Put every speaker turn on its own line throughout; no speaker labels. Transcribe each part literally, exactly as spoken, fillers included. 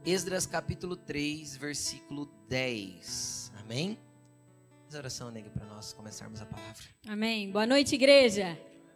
Esdras capítulo três, versículo dez. Amém? Faz a oração, nega, para nós começarmos a palavra.
Amém. Boa noite, igreja.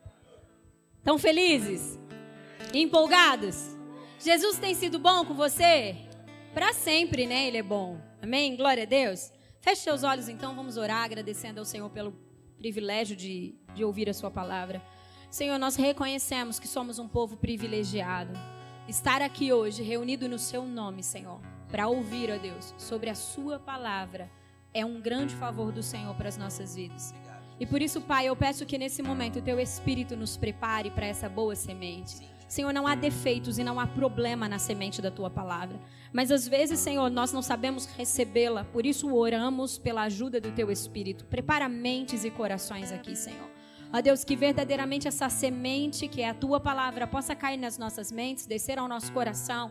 Estão felizes? Empolgados? Jesus tem sido bom com você? Para sempre, né? Ele é bom. Amém? Glória a Deus. Feche seus olhos então, vamos orar, agradecendo ao Senhor pelo privilégio de, de ouvir a sua palavra. Senhor, nós reconhecemos que somos um povo privilegiado. Estar aqui hoje, reunido no seu nome, Senhor, para ouvir, ó Deus, sobre a sua palavra, é um grande favor do Senhor para as nossas vidas. E por isso, Pai, eu peço que nesse momento o teu Espírito nos prepare para essa boa semente. Senhor, não há defeitos e não há problema na semente da tua palavra. Mas às vezes, Senhor, nós não sabemos recebê-la. Por isso oramos pela ajuda do teu Espírito. Prepara mentes e corações aqui, Senhor. Ó Deus, que verdadeiramente essa semente, que é a tua palavra, possa cair nas nossas mentes, descer ao nosso coração,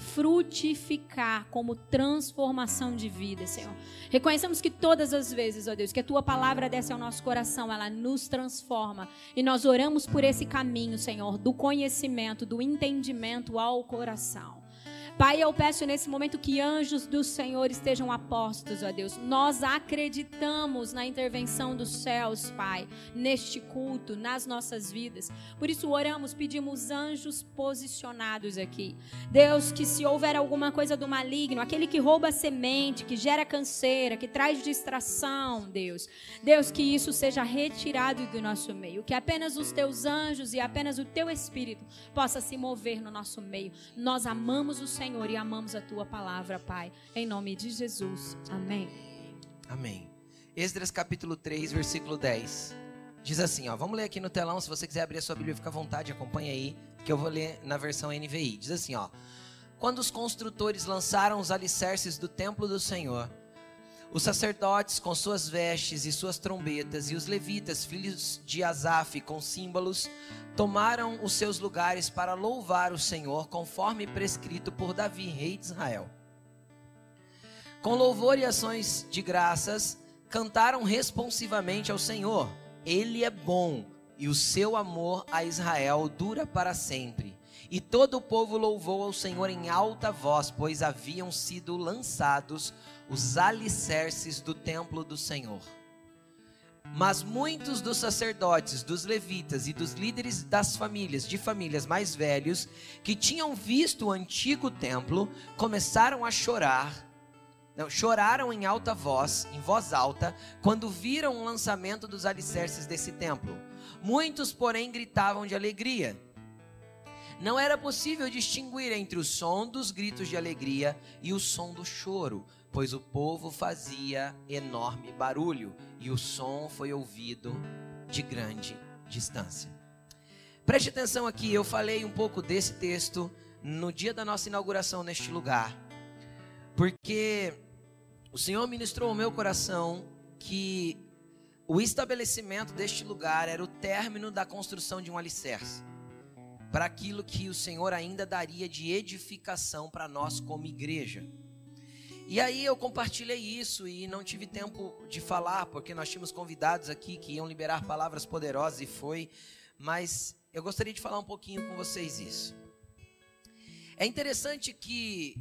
frutificar como transformação de vida, Senhor. Reconhecemos que todas as vezes, ó Deus, que a tua palavra desce ao nosso coração, ela nos transforma. E nós oramos por esse caminho, Senhor, do conhecimento, do entendimento ao coração. Pai, eu peço nesse momento que anjos do Senhor estejam apostos, ó Deus. Nós acreditamos na intervenção dos céus, Pai, neste culto, nas nossas vidas. Por isso oramos, pedimos anjos posicionados aqui. Deus, que se houver alguma coisa do maligno, aquele que rouba a semente, que gera canseira, que traz distração, Deus. Deus, que isso seja retirado do nosso meio. Que apenas os teus anjos e apenas o teu Espírito possa se mover no nosso meio. Nós amamos o Senhor. Senhor, e amamos a tua palavra, Pai, em nome de Jesus, amém.
Amém. Esdras capítulo três, versículo dez, diz assim, ó, vamos ler aqui no telão, se você quiser abrir a sua Bíblia, fica à vontade, acompanha aí, que eu vou ler na versão N V I, diz assim, ó, quando os construtores lançaram os alicerces do templo do Senhor, os sacerdotes com suas vestes e suas trombetas e os levitas, filhos de Asaf, com símbolos, tomaram os seus lugares para louvar o Senhor, conforme prescrito por Davi, rei de Israel. Com louvor e ações de graças, cantaram responsivamente ao Senhor. Ele é bom e o seu amor a Israel dura para sempre. E todo o povo louvou ao Senhor em alta voz, pois haviam sido lançados os alicerces do templo do Senhor. Mas muitos dos sacerdotes, dos levitas e dos líderes das famílias, de famílias mais velhos, que tinham visto o antigo templo, começaram a chorar, não, choraram em alta voz, em voz alta, quando viram o lançamento dos alicerces desse templo. Muitos, porém, gritavam de alegria. Não era possível distinguir entre o som dos gritos de alegria e o som do choro, pois o povo fazia enorme barulho e o som foi ouvido de grande distância. Preste atenção aqui, eu falei um pouco desse texto no dia da nossa inauguração neste lugar, porque o Senhor ministrou ao meu coração que o estabelecimento deste lugar era o término da construção de um alicerce, para aquilo que o Senhor ainda daria de edificação para nós como igreja. E aí eu compartilhei isso e não tive tempo de falar, porque nós tínhamos convidados aqui que iam liberar palavras poderosas e foi, mas eu gostaria de falar um pouquinho com vocês isso. É interessante que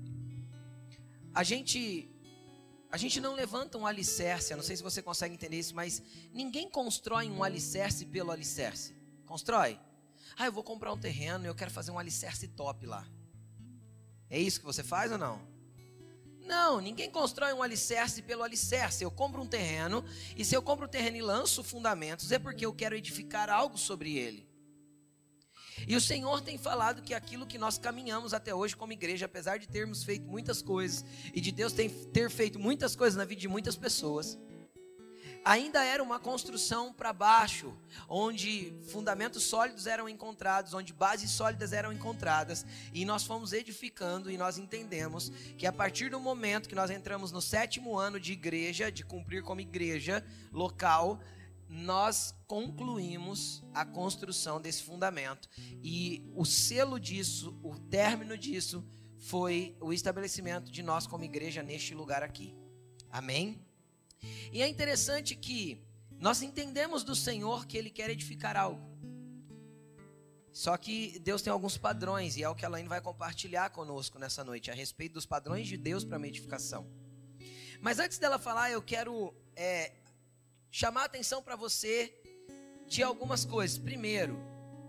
a gente, a gente não levanta um alicerce, eu não sei se você consegue entender isso, mas ninguém constrói um alicerce pelo alicerce. Constrói? Ah, eu vou comprar um terreno e eu quero fazer um alicerce top lá. É isso que você faz ou não? Não, ninguém constrói um alicerce pelo alicerce. Eu compro um terreno e se eu compro um terreno e lanço fundamentos é porque eu quero edificar algo sobre ele. E o Senhor tem falado que aquilo que nós caminhamos até hoje como igreja, apesar de termos feito muitas coisas e de Deus ter feito muitas coisas na vida de muitas pessoas, ainda era uma construção para baixo, onde fundamentos sólidos eram encontrados, onde bases sólidas eram encontradas, e nós fomos edificando e nós entendemos que a partir do momento que nós entramos no sétimo ano de igreja, de cumprir como igreja local, nós concluímos a construção desse fundamento, e o selo disso, o término disso, foi o estabelecimento de nós como igreja neste lugar aqui. Amém? E é interessante que nós entendemos do Senhor que Ele quer edificar algo. Só que Deus tem alguns padrões, e é o que a Elaine vai compartilhar conosco nessa noite, a respeito dos padrões de Deus para uma edificação. Mas antes dela falar, eu quero é, chamar a atenção para você de algumas coisas. Primeiro,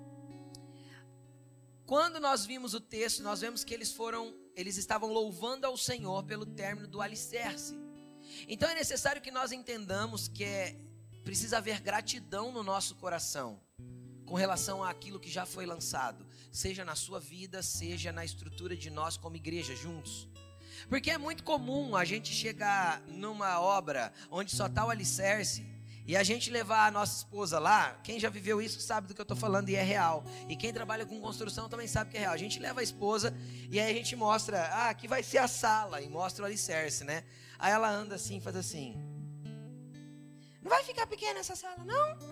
quando nós vimos o texto, nós vemos que eles foram, eles estavam louvando ao Senhor pelo término do alicerce. Então é necessário que nós entendamos que é, precisa haver gratidão no nosso coração com relação àquilo que já foi lançado, seja na sua vida, seja na estrutura de nós como igreja juntos. Porque é muito comum a gente chegar numa obra onde só está o alicerce e a gente levar a nossa esposa lá. Quem já viveu isso sabe do que eu estou falando e é real. E quem trabalha com construção também sabe que é real. A gente leva a esposa e aí a gente mostra, ah, aqui vai ser a sala, e mostra o alicerce, né? Aí ela anda assim, faz assim. Não vai ficar pequena essa sala, não?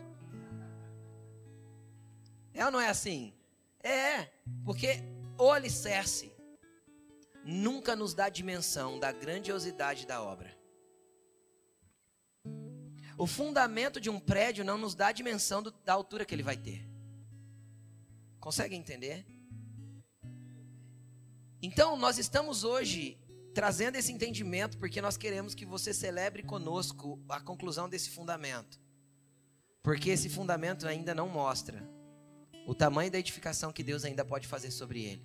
É ou não é assim? É, porque o alicerce nunca nos dá dimensão da grandiosidade da obra. O fundamento de um prédio não nos dá a dimensão do, da altura que ele vai ter. Consegue entender? Então, nós estamos hoje trazendo esse entendimento porque nós queremos que você celebre conosco a conclusão desse fundamento. Porque esse fundamento ainda não mostra o tamanho da edificação que Deus ainda pode fazer sobre ele.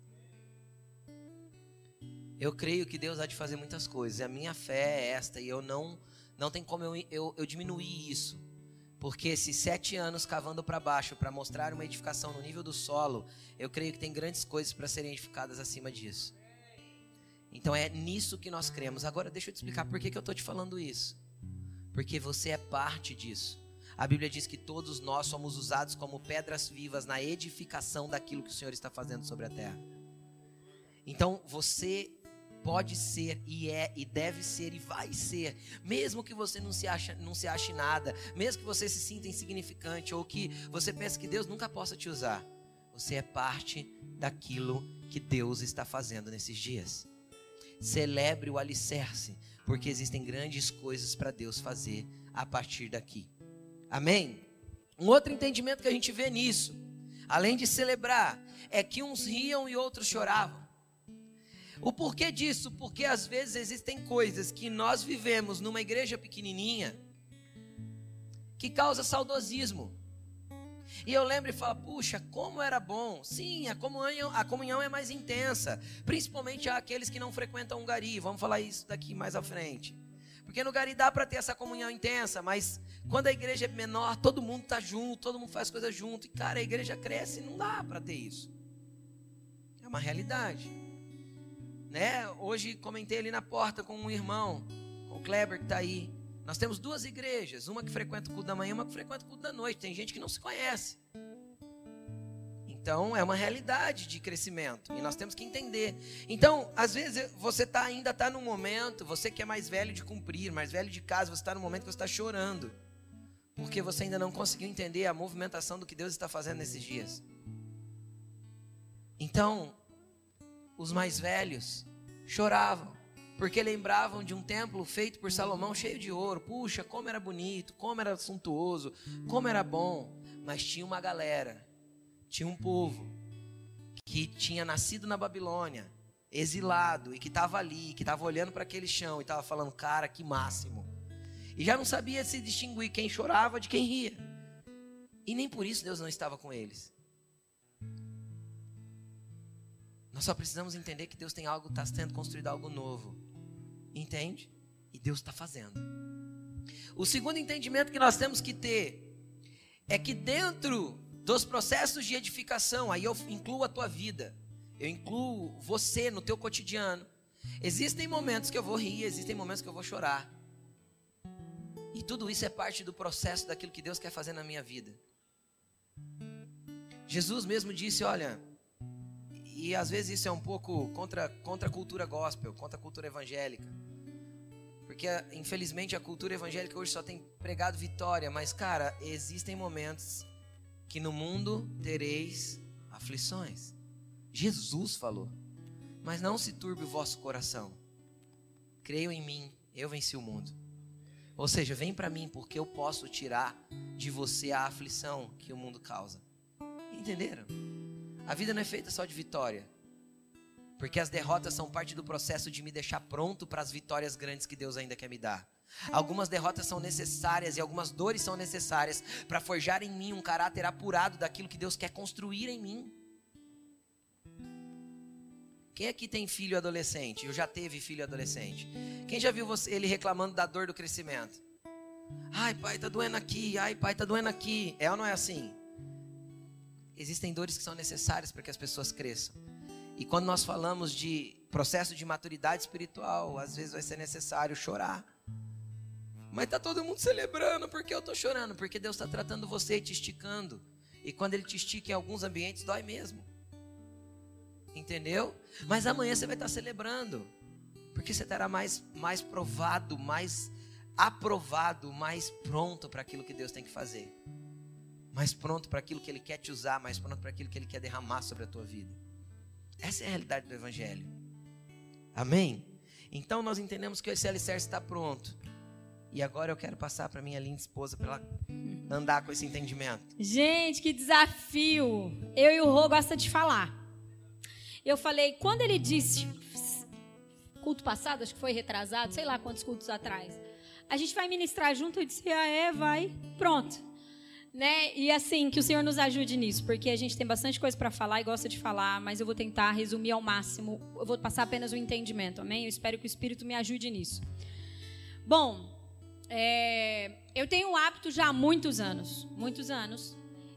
Eu creio que Deus há de fazer muitas coisas. A minha fé é esta e eu não, não tem como eu, eu, eu diminuir isso. Porque esses sete anos cavando para baixo para mostrar uma edificação no nível do solo, eu creio que tem grandes coisas para serem edificadas acima disso. Então é nisso que nós cremos. Agora deixa eu te explicar por que, que eu estou te falando isso. Porque você é parte disso. A Bíblia diz que todos nós somos usados como pedras vivas na edificação daquilo que o Senhor está fazendo sobre a terra. Então você pode ser e é e deve ser e vai ser, mesmo que você não se ache, não se ache nada, mesmo que você se sinta insignificante ou que você pense que Deus nunca possa te usar. Você é parte daquilo que Deus está fazendo nesses dias. Celebre o alicerce, porque existem grandes coisas para Deus fazer a partir daqui. Amém? Um outro entendimento que a gente vê nisso, além de celebrar, é que uns riam e outros choravam. O porquê disso? Porque às vezes existem coisas que nós vivemos numa igreja pequenininha que causa saudosismo. E eu lembro e falo, puxa, como era bom. Sim, a comunhão, a comunhão é mais intensa, principalmente aqueles que não frequentam um gari. Vamos falar isso daqui mais à frente. Porque no gari dá para ter essa comunhão intensa, mas quando a igreja é menor, todo mundo está junto, todo mundo faz coisas junto. E cara, a igreja cresce e não dá para ter isso. É uma realidade. Né? Hoje comentei ali na porta com um irmão, com o Kleber que está aí. Nós temos duas igrejas, uma que frequenta o culto da manhã e uma que frequenta o culto da noite. Tem gente que não se conhece. Então é uma realidade de crescimento e nós temos que entender. Então às vezes você tá, ainda está num momento, você que é mais velho de cumprir, mais velho de casa, você está num momento que você está chorando, porque você ainda não conseguiu entender a movimentação do que Deus está fazendo nesses dias. Então os mais velhos choravam, porque lembravam de um templo feito por Salomão cheio de ouro. Puxa, como era bonito, como era suntuoso, como era bom. Mas tinha uma galera, tinha um povo que tinha nascido na Babilônia, exilado, e que estava ali, que estava olhando para aquele chão e estava falando, cara, que máximo. E já não sabia se distinguir quem chorava de quem ria. E nem por isso Deus não estava com eles. Nós só precisamos entender que Deus tem algo, está sendo construído algo novo. Entende? E Deus está fazendo. O segundo entendimento que nós temos que ter é que dentro dos processos de edificação, aí eu incluo a tua vida, eu incluo você no teu cotidiano. Existem momentos que eu vou rir, existem momentos que eu vou chorar. E tudo isso é parte do processo daquilo que Deus quer fazer na minha vida. Jesus mesmo disse, olha, e às vezes isso é um pouco contra, contra a cultura gospel, contra a cultura evangélica. Porque infelizmente a cultura evangélica hoje só tem pregado vitória, mas cara, existem momentos que no mundo tereis aflições. Jesus falou, mas não se turbe o vosso coração. Creiam em mim, eu venci o mundo. Ou seja, vem para mim porque eu posso tirar de você a aflição que o mundo causa. Entenderam? A vida não é feita só de vitória. Porque as derrotas são parte do processo de me deixar pronto para as vitórias grandes que Deus ainda quer me dar. Algumas derrotas são necessárias e algumas dores são necessárias para forjar em mim um caráter apurado daquilo que Deus quer construir em mim. Quem aqui tem filho adolescente? Eu já teve filho adolescente. Quem já viu você, ele reclamando da dor do crescimento? Ai, pai, tá doendo aqui. Ai, pai, tá doendo aqui. É ou não é assim? Existem dores que são necessárias para que as pessoas cresçam. E quando nós falamos de processo de maturidade espiritual, às vezes vai ser necessário chorar. Mas tá todo mundo celebrando, porque eu tô chorando? Porque Deus está tratando você e te esticando. E quando Ele te estica em alguns ambientes, dói mesmo. Entendeu? Mas amanhã você vai estar celebrando. Porque você estará mais, mais provado, mais aprovado, mais pronto para aquilo que Deus tem que fazer. Mais pronto para aquilo que Ele quer te usar, mais pronto para aquilo que Ele quer derramar sobre a tua vida. Essa é a realidade do Evangelho. Amém? Então nós entendemos que esse alicerce está pronto. E agora eu quero passar para minha linda esposa para ela andar com esse entendimento.
Gente, que desafio. Eu e o Rô gosta de falar. Eu falei, quando ele disse, culto passado, acho que foi retrasado, sei lá quantos cultos atrás, a gente vai ministrar junto, eu disse, ah é, vai, pronto. Né? E assim, que o Senhor nos ajude nisso, porque a gente tem bastante coisa para falar e gosta de falar, mas eu vou tentar resumir ao máximo, eu vou passar apenas o entendimento, amém? Eu espero que o Espírito me ajude nisso. Bom, é, eu tenho um hábito já há muitos anos, muitos anos,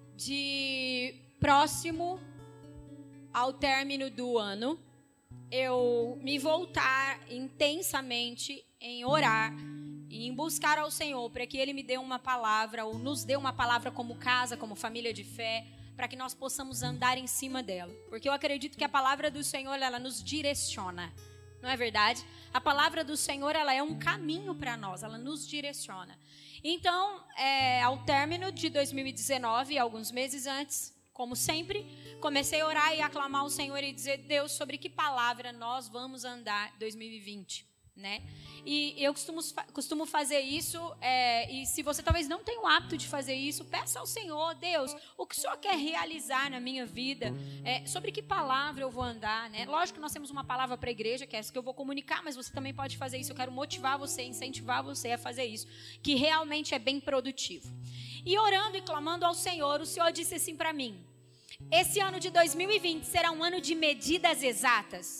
de próximo ao término do ano, eu me voltar intensamente em orar, em buscar ao Senhor, para que Ele me dê uma palavra, ou nos dê uma palavra como casa, como família de fé, para que nós possamos andar em cima dela. Porque eu acredito que a palavra do Senhor, ela nos direciona. Não é verdade? A palavra do Senhor, ela é um caminho para nós, ela nos direciona. Então, é, ao término de dois mil e dezenove, alguns meses antes, como sempre, comecei a orar e aclamar ao Senhor e dizer, Deus, sobre que palavra nós vamos andar em dois mil e vinte, né? E eu costumo, costumo fazer isso, é, e se você talvez não tenha o hábito de fazer isso, peça ao Senhor, Deus, o que o Senhor quer realizar na minha vida, é, sobre que palavra eu vou andar, né? Lógico que nós temos uma palavra para a igreja, que é essa que eu vou comunicar, mas você também pode fazer isso, eu quero motivar você, incentivar você a fazer isso, que realmente é bem produtivo. E orando e clamando ao Senhor, o Senhor disse assim para mim, esse ano de dois mil e vinte será um ano de medidas exatas.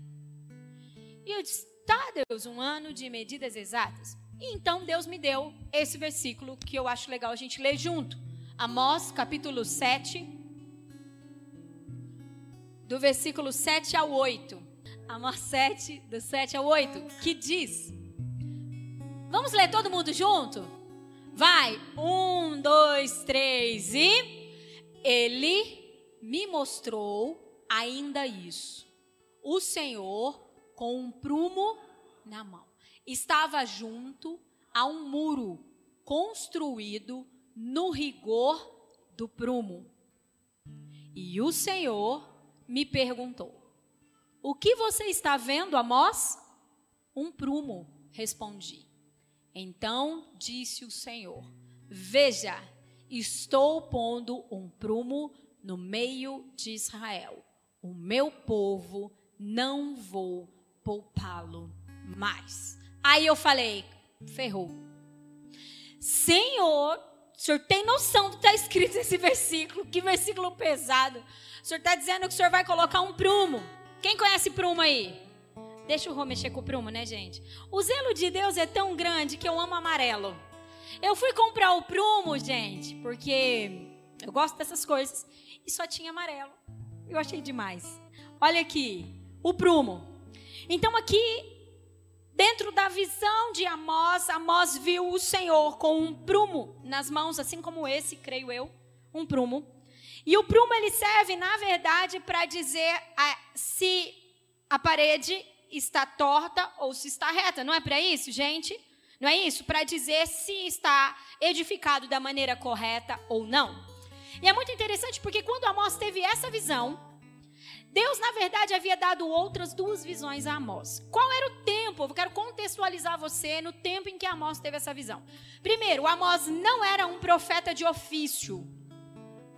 E eu disse, tá, Deus, um ano de medidas exatas. E então Deus me deu esse versículo que eu acho legal a gente ler junto. Amós, capítulo sete, do versículo sete ao oito. Amós sete, do sete ao oito, que diz... Vamos ler todo mundo junto? Vai, um, dois, três e... Ele me mostrou ainda isso. O Senhor, com um prumo na mão, estava junto a um muro construído no rigor do prumo. E o Senhor me perguntou, o que você está vendo, Amós? Um prumo, respondi. Então disse o Senhor, veja, estou pondo um prumo no meio de Israel. O meu povo não vou poupá-lo mais. Aí eu falei, ferrou. Senhor, o Senhor tem noção do que está escrito nesse versículo? Que versículo pesado. O Senhor está dizendo que o Senhor vai colocar um prumo. Quem conhece prumo aí? Deixa o Rô mexer com o prumo, né, gente? O zelo de Deus é tão grande que eu amo amarelo. Eu fui comprar o prumo, gente, porque eu gosto dessas coisas, e só tinha amarelo. Eu achei demais. Olha aqui, o prumo. Então aqui, dentro da visão de Amós, Amós viu o Senhor com um prumo nas mãos, assim como esse, creio eu, um prumo. E o prumo, ele serve, na verdade, para dizer a, se a parede está torta ou se está reta. Não é para isso, gente? Não é isso? Para dizer se está edificado da maneira correta ou não. E é muito interessante porque quando Amós teve essa visão, Deus, na verdade, havia dado outras duas visões a Amós. Qual era o tempo? Eu quero contextualizar você no tempo em que Amós teve essa visão. Primeiro, Amós não era um profeta de ofício.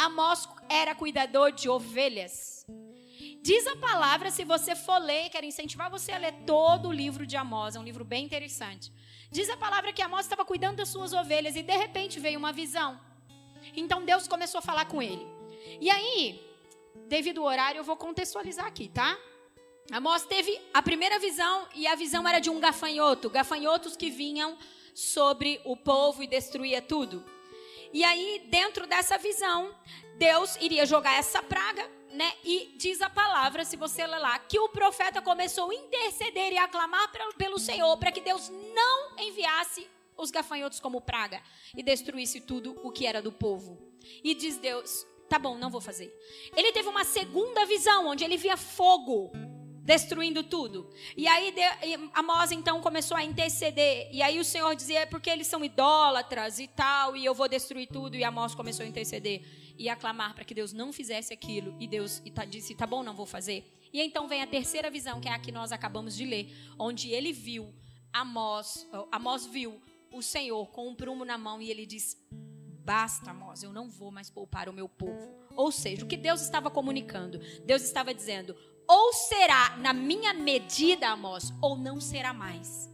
Amós era cuidador de ovelhas. Diz a palavra, se você for ler, quero incentivar você a ler todo o livro de Amós, é um livro bem interessante. Diz a palavra que Amós estava cuidando das suas ovelhas e de repente veio uma visão. Então Deus começou a falar com ele. E aí, devido ao horário, eu vou contextualizar aqui, tá? Amós teve a primeira visão e a visão era de um gafanhoto, gafanhotos que vinham sobre o povo e destruía tudo. E aí, dentro dessa visão, Deus iria jogar essa praga, né? E diz a palavra, se você ler lá, que o profeta começou a interceder e a clamar pelo Senhor para que Deus não enviasse os gafanhotos como praga e destruísse tudo o que era do povo. E diz Deus, tá bom, não vou fazer. Ele teve uma segunda visão, onde ele via fogo destruindo tudo. E aí Amós então começou a interceder. E aí o Senhor dizia, é porque eles são idólatras e tal, e eu vou destruir tudo. E Amós começou a interceder e a clamar para que Deus não fizesse aquilo. E Deus disse, tá bom, não vou fazer. E então vem a terceira visão, que é a que nós acabamos de ler, onde ele viu, Amós, Amós viu o Senhor com um prumo na mão e ele diz, basta, Amós, eu não vou mais poupar o meu povo. Ou seja, o que Deus estava comunicando? Deus estava dizendo, ou será na minha medida, Amós, ou não será mais.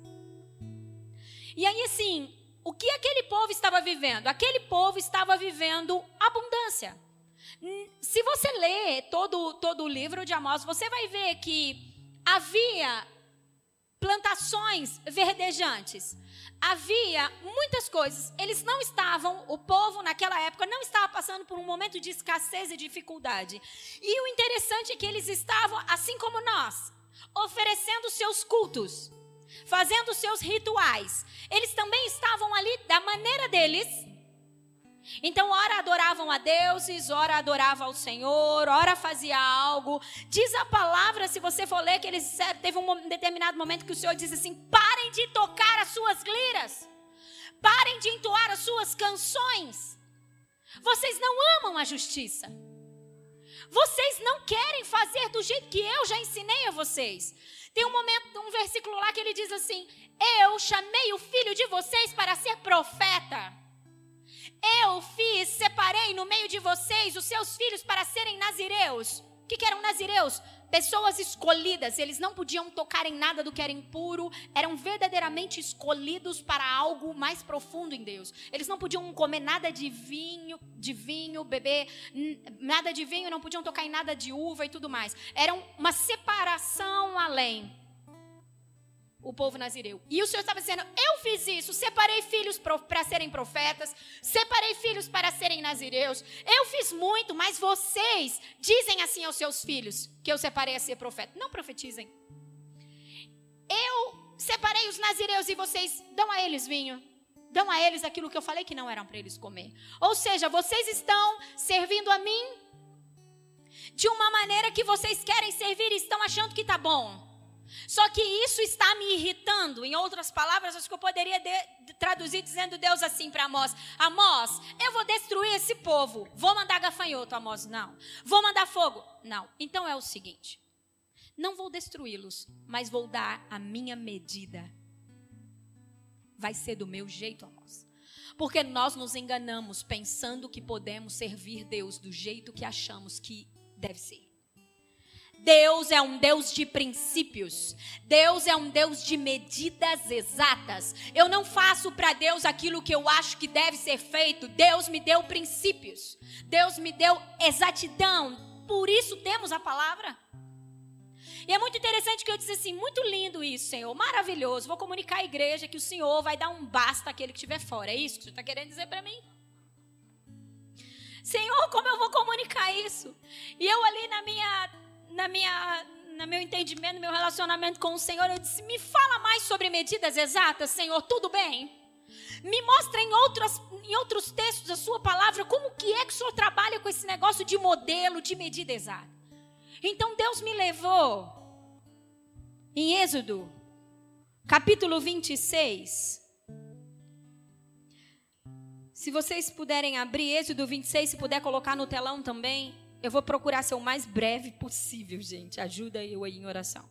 E aí assim, o que aquele povo estava vivendo? Aquele povo estava vivendo abundância. Se você ler todo, todo o livro de Amós, você vai ver que havia plantações verdejantes. Havia muitas coisas. Eles não estavam, o povo naquela época não estava passando por um momento de escassez e dificuldade. E o interessante é que eles estavam, assim como nós, oferecendo seus cultos, fazendo seus rituais. Eles também estavam ali da maneira deles. Então, ora adoravam a deuses, ora adoravam ao Senhor, ora fazia algo. Diz a palavra, se você for ler, que eles teve um determinado momento que o Senhor disse assim, parem de tocar as suas liras, parem de entoar as suas canções. Vocês não amam a justiça. Vocês não querem fazer do jeito que eu já ensinei a vocês. Tem um momento, um versículo lá que ele diz assim, eu chamei o filho de vocês para ser profeta. Eu fiz, separei no meio de vocês os seus filhos para serem nazireus. O que, que eram nazireus? Pessoas escolhidas. Eles não podiam tocar em nada do que era impuro. Eram verdadeiramente escolhidos para algo mais profundo em Deus. Eles não podiam comer nada de vinho, de vinho, beber nada de vinho, não podiam tocar em nada de uva e tudo mais. Era uma separação além. O povo nazireu. E o Senhor estava dizendo, eu fiz isso, separei filhos para serem profetas, separei filhos para serem nazireus, eu fiz muito, mas vocês dizem assim aos seus filhos, que eu separei a ser profeta. Não profetizem. Eu separei os nazireus e vocês dão a eles vinho, dão a eles aquilo que eu falei que não eram para eles comer. Ou seja, vocês estão servindo a mim de uma maneira que vocês querem servir e estão achando que está bom. Só que isso está me irritando. Em outras palavras, acho que eu poderia de, de, traduzir dizendo Deus assim para Amós. Amós, eu vou destruir esse povo. Vou mandar gafanhoto, Amós. Não. Vou mandar fogo. Não. Então é o seguinte. Não vou destruí-los, mas vou dar a minha medida. Vai ser do meu jeito, Amós. Porque nós nos enganamos pensando que podemos servir Deus do jeito que achamos que deve ser. Deus é um Deus de princípios. Deus é um Deus de medidas exatas. Eu não faço para Deus aquilo que eu acho que deve ser feito. Deus me deu princípios. Deus me deu exatidão. Por isso temos a palavra. E é muito interessante que eu disse assim, muito lindo isso, Senhor, maravilhoso. Vou comunicar à igreja que o Senhor vai dar um basta àquele que estiver fora. É isso que você está querendo dizer para mim? Senhor, como eu vou comunicar isso? E eu ali na minha... Na minha, no meu entendimento, no meu relacionamento com o Senhor, eu disse, me fala mais sobre medidas exatas, Senhor, tudo bem? Me mostra em, outras, em outros textos da sua palavra, como que é que o Senhor trabalha com esse negócio de modelo, de medida exata. Então Deus me levou, em Êxodo, capítulo vinte e seis. Se vocês puderem abrir Êxodo vinte e seis, se puder colocar no telão também. Eu vou procurar ser o mais breve possível, gente. Ajuda eu aí em oração.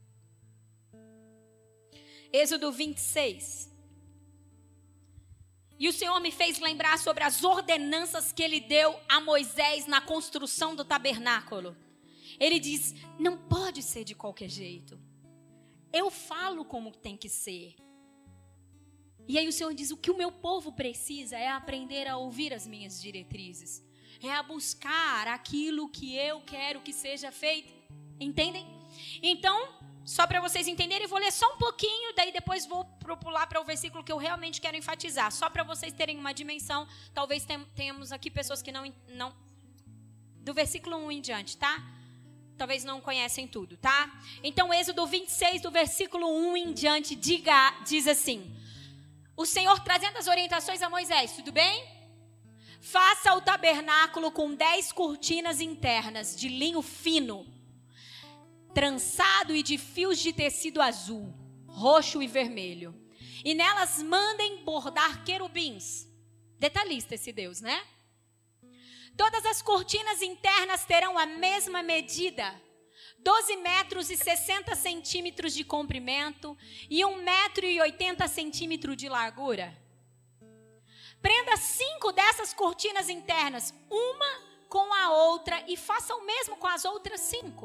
Êxodo vinte e seis. E o Senhor me fez lembrar sobre as ordenanças que ele deu a Moisés na construção do tabernáculo. Ele diz, não pode ser de qualquer jeito. Eu falo como tem que ser. E aí o Senhor diz, o que o meu povo precisa é aprender a ouvir as minhas diretrizes. É a buscar aquilo que eu quero que seja feito. Entendem? Então, só para vocês entenderem, eu vou ler só um pouquinho, daí depois vou pular para o versículo que eu realmente quero enfatizar. Só para vocês terem uma dimensão, talvez tenhamos aqui pessoas que não, não... Do versículo um em diante, tá? Talvez não conhecem tudo, tá? Então, Êxodo vinte e seis, do versículo um em diante, diga, diz assim... O Senhor trazendo as orientações a Moisés, tudo bem? Faça o tabernáculo com dez cortinas internas de linho fino, trançado e de fios de tecido azul, roxo e vermelho. E nelas mandem bordar querubins. Detalhista esse Deus, né? Todas as cortinas internas terão a mesma medida. doze metros e sessenta centímetros de comprimento e um metro e oitenta centímetros de largura. Prenda cinco dessas cortinas internas, uma com a outra, e faça o mesmo com as outras cinco.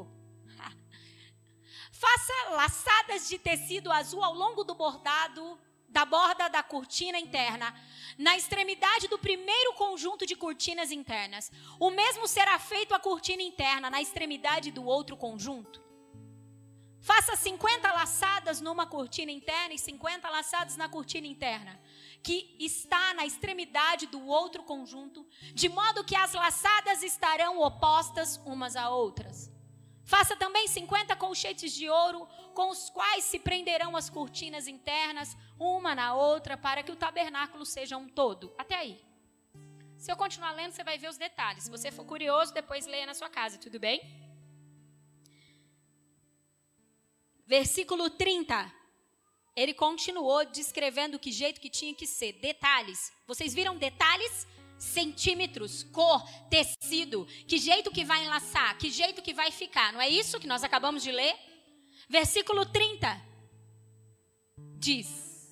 Faça laçadas de tecido azul ao longo do bordado, da borda da cortina interna, na extremidade do primeiro conjunto de cortinas internas. O mesmo será feito à cortina interna, na extremidade do outro conjunto. Faça cinquenta laçadas numa cortina interna e cinquenta laçadas na cortina interna, que está na extremidade do outro conjunto, de modo que as laçadas estarão opostas umas a outras. Faça também cinquenta colchetes de ouro, com os quais se prenderão as cortinas internas, uma na outra, para que o tabernáculo seja um todo. Até aí. Se eu continuar lendo, você vai ver os detalhes. Se você for curioso, depois leia na sua casa, tudo bem? Versículo trinta. Ele continuou descrevendo que jeito que tinha que ser. Detalhes. Vocês viram detalhes? Centímetros, cor, tecido, que jeito que vai enlaçar, que jeito que vai ficar, não é isso que nós acabamos de ler? Versículo trinta diz,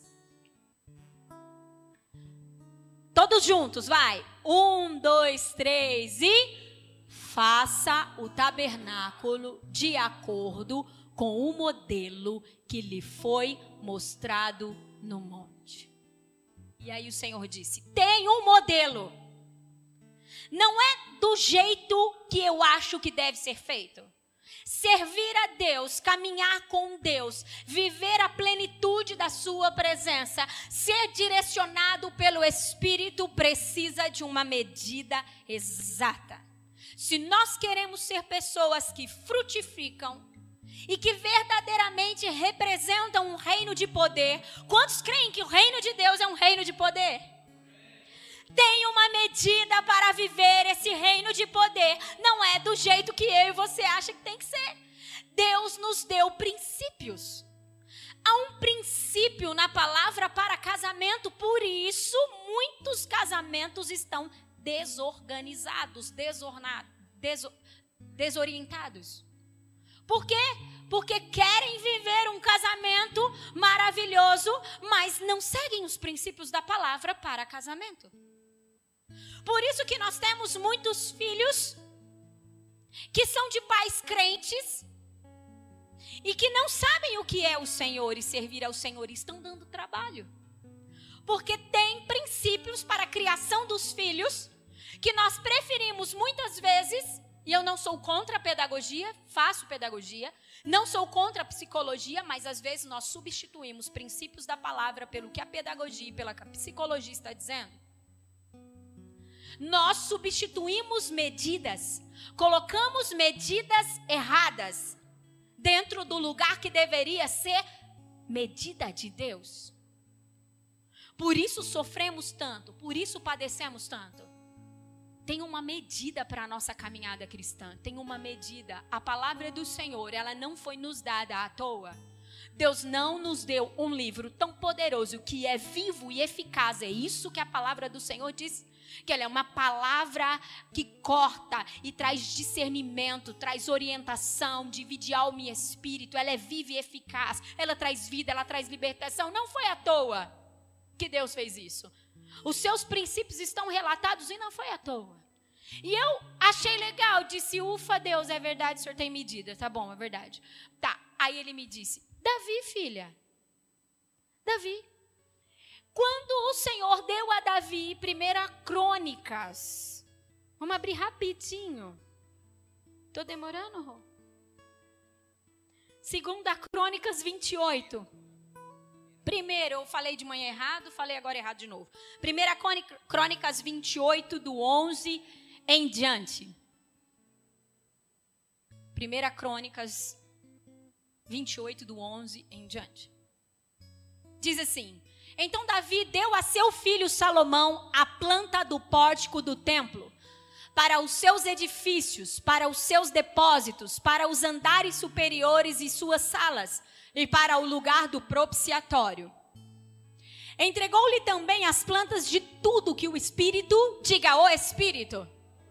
todos juntos, vai, um, dois, três e faça o tabernáculo de acordo com o modelo que lhe foi mostrado no monte. E aí o Senhor disse, tem um modelo. Não é do jeito que eu acho que deve ser feito. Servir a Deus, caminhar com Deus, viver a plenitude da sua presença, ser direcionado pelo Espírito, precisa de uma medida exata. Se nós queremos ser pessoas que frutificam, e que verdadeiramente representam um reino de poder. Quantos creem que o reino de Deus é um reino de poder? Tem uma medida para viver esse reino de poder. Não é do jeito que eu e você acham que tem que ser. Deus nos deu princípios. Há um princípio na palavra para casamento. Por isso, muitos casamentos estão desorganizados, desornados, deso, desorientados. Por quê? Porque querem viver um casamento maravilhoso, mas não seguem os princípios da palavra para casamento. Por isso que nós temos muitos filhos que são de pais crentes e que não sabem o que é o Senhor e servir ao Senhor e estão dando trabalho. Porque tem princípios para a criação dos filhos que nós preferimos muitas vezes. E eu não sou contra a pedagogia, faço pedagogia, não sou contra a psicologia, mas às vezes nós substituímos princípios da palavra pelo que a pedagogia e pela psicologia está dizendo. Nós substituímos medidas, colocamos medidas erradas dentro do lugar que deveria ser medida de Deus. Por isso sofremos tanto, por isso padecemos tanto. Tem uma medida para a nossa caminhada cristã. Tem uma medida. A palavra do Senhor, ela não foi nos dada à toa. Deus não nos deu um livro tão poderoso que é vivo e eficaz. É isso que a palavra do Senhor diz. Que ela é uma palavra que corta e traz discernimento, traz orientação, divide alma e espírito. Ela é viva e eficaz. Ela traz vida, ela traz libertação. Não foi à toa que Deus fez isso. Os seus princípios estão relatados e não foi à toa. E eu achei legal, disse, ufa, Deus, é verdade, o senhor tem medida. Tá bom, é verdade. Tá, aí ele me disse, Davi, filha, Davi, quando o Senhor deu a Davi primeira Crônicas, vamos abrir rapidinho. Tô demorando, Rô? Segunda Crônicas vinte e oito. Primeiro, eu falei de manhã errado, falei agora errado de novo. Primeira Crônicas vinte e oito, do onze em diante. Primeira Crônicas vinte e oito, do onze em diante. Diz assim, então Davi deu a seu filho Salomão a planta do pórtico do templo, para os seus edifícios, para os seus depósitos, para os andares superiores e suas salas, e para o lugar do propiciatório. Entregou-lhe também as plantas de tudo que o Espírito, diga o Espírito,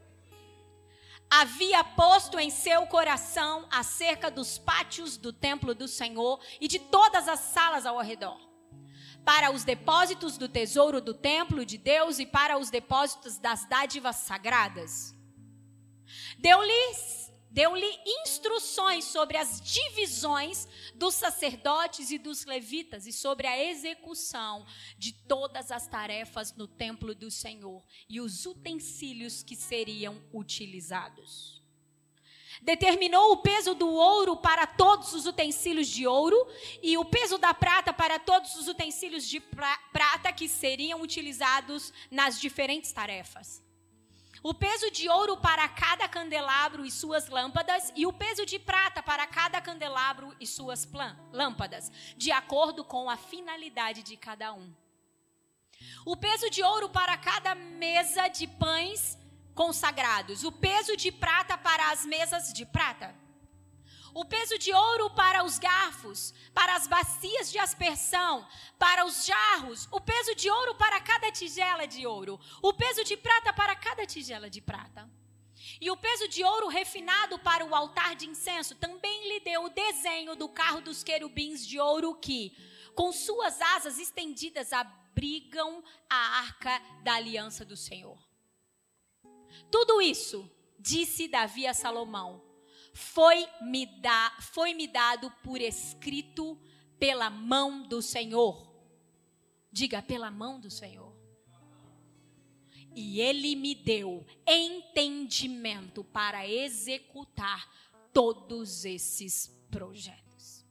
havia posto em seu coração acerca dos pátios do templo do Senhor e de todas as salas ao redor, para os depósitos do tesouro do templo de Deus e para os depósitos das dádivas sagradas. Deu-lhes Deu-lhe instruções sobre as divisões dos sacerdotes e dos levitas e sobre a execução de todas as tarefas no templo do Senhor e os utensílios que seriam utilizados. Determinou o peso do ouro para todos os utensílios de ouro e o peso da prata para todos os utensílios de pra- prata que seriam utilizados nas diferentes tarefas. O peso de ouro para cada candelabro e suas lâmpadas, e o peso de prata para cada candelabro e suas plã- lâmpadas, de acordo com a finalidade de cada um. O peso de ouro para cada mesa de pães consagrados, o peso de prata para as mesas de prata. O peso de ouro para os garfos, para as bacias de aspersão, para os jarros, o peso de ouro para cada tigela de ouro, o peso de prata para cada tigela de prata. E o peso de ouro refinado para o altar de incenso, também lhe deu o desenho do carro dos querubins de ouro que, com suas asas estendidas, abrigam a arca da aliança do Senhor. Tudo isso, disse Davi a Salomão, Foi-me da, foi-me dado por escrito pela mão do Senhor. Diga, pela mão do Senhor. E Ele me deu entendimento para executar todos esses projetos.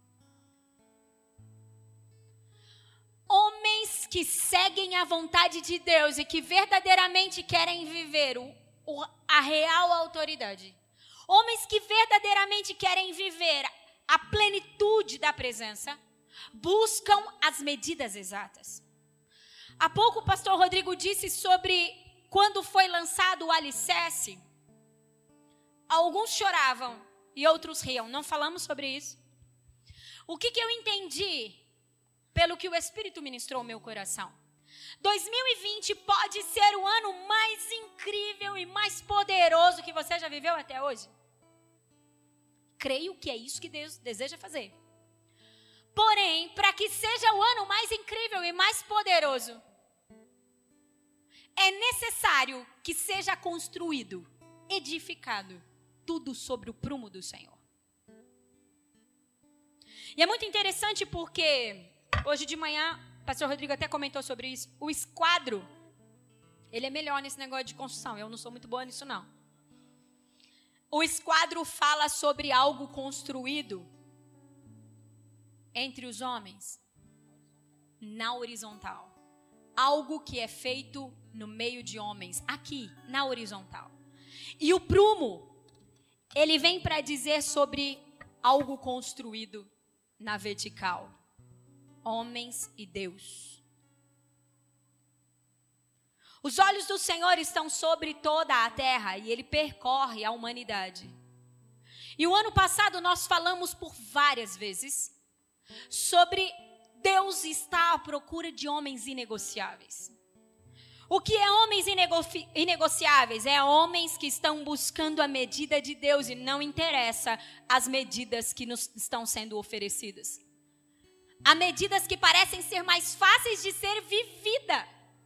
Homens que seguem a vontade de Deus e que verdadeiramente querem viver o, o, a real autoridade. Homens que verdadeiramente querem viver a plenitude da presença, buscam as medidas exatas. Há pouco o pastor Rodrigo disse sobre quando foi lançado o alicerce. Alguns choravam e outros riam. Não falamos sobre isso. O que, que eu entendi pelo que o Espírito ministrou ao meu coração? dois mil e vinte pode ser o ano mais incrível e mais poderoso que você já viveu até hoje. Creio que é isso que Deus deseja fazer. Porém, para que seja o ano mais incrível e mais poderoso, é necessário que seja construído, edificado, tudo sobre o prumo do Senhor. E é muito interessante porque, hoje de manhã, o pastor Rodrigo até comentou sobre isso, o esquadro, ele é melhor nesse negócio de construção, eu não sou muito boa nisso não. O esquadro fala sobre algo construído entre os homens, na horizontal. Algo que é feito no meio de homens, aqui, na horizontal. E o prumo, ele vem para dizer sobre algo construído na vertical. Homens e Deus. Os olhos do Senhor estão sobre toda a terra e Ele percorre a humanidade. E o ano passado nós falamos por várias vezes sobre Deus estar à procura de homens inegociáveis. O que é homens inego- inegociáveis? É homens que estão buscando a medida de Deus e não interessa as medidas que nos estão sendo oferecidas. Há medidas que parecem ser mais fáceis de ser vivida.